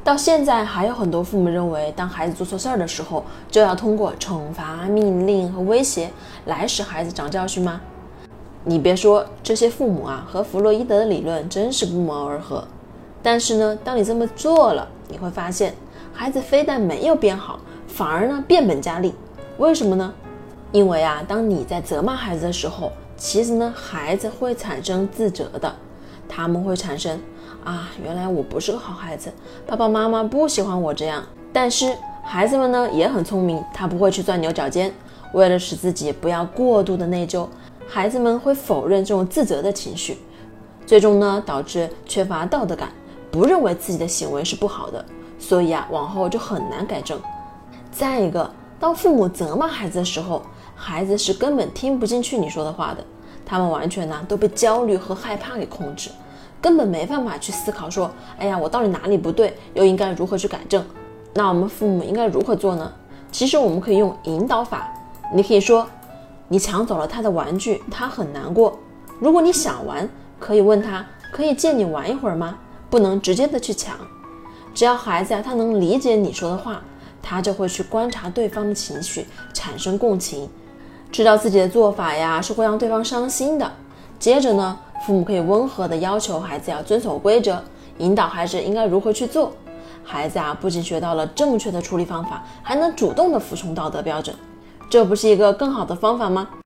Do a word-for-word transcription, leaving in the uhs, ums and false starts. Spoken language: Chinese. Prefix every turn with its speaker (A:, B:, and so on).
A: 到现在还有很多父母认为，当孩子做错事儿的时候，就要通过惩罚、命令和威胁来使孩子长教训吗？你别说，这些父母啊，和弗洛伊德的理论真是不谋而合。但是呢，当你这么做了，你会发现，孩子非但没有变好，反而呢变本加厉。为什么呢？因为啊，当你在责骂孩子的时候，其实呢，孩子会产生自责的，他们会产生啊，原来我不是个好孩子，爸爸妈妈不喜欢我这样。但是孩子们呢也很聪明，他不会去钻牛角尖，为了使自己不要过度的内疚，孩子们会否认这种自责的情绪，最终呢导致缺乏道德感，不认为自己的行为是不好的，所以啊往后就很难改正。再一个，当父母责骂孩子的时候，孩子是根本听不进去你说的话的，他们完全呢都被焦虑和害怕给控制，根本没办法去思考说，哎呀，我到底哪里不对，又应该如何去改正。那我们父母应该如何做呢？其实我们可以用引导法。你可以说，你抢走了他的玩具，他很难过。如果你想玩，可以问他，可以借你玩一会儿吗？不能直接的去抢。只要孩子啊，他能理解你说的话，他就会去观察对方的情绪，产生共情，知道自己的做法呀是会让对方伤心的。接着呢，父母可以温和的要求孩子要遵守规则，引导孩子应该如何去做。孩子啊，不仅学到了正确的处理方法，还能主动的服从道德标准，这不是一个更好的方法吗？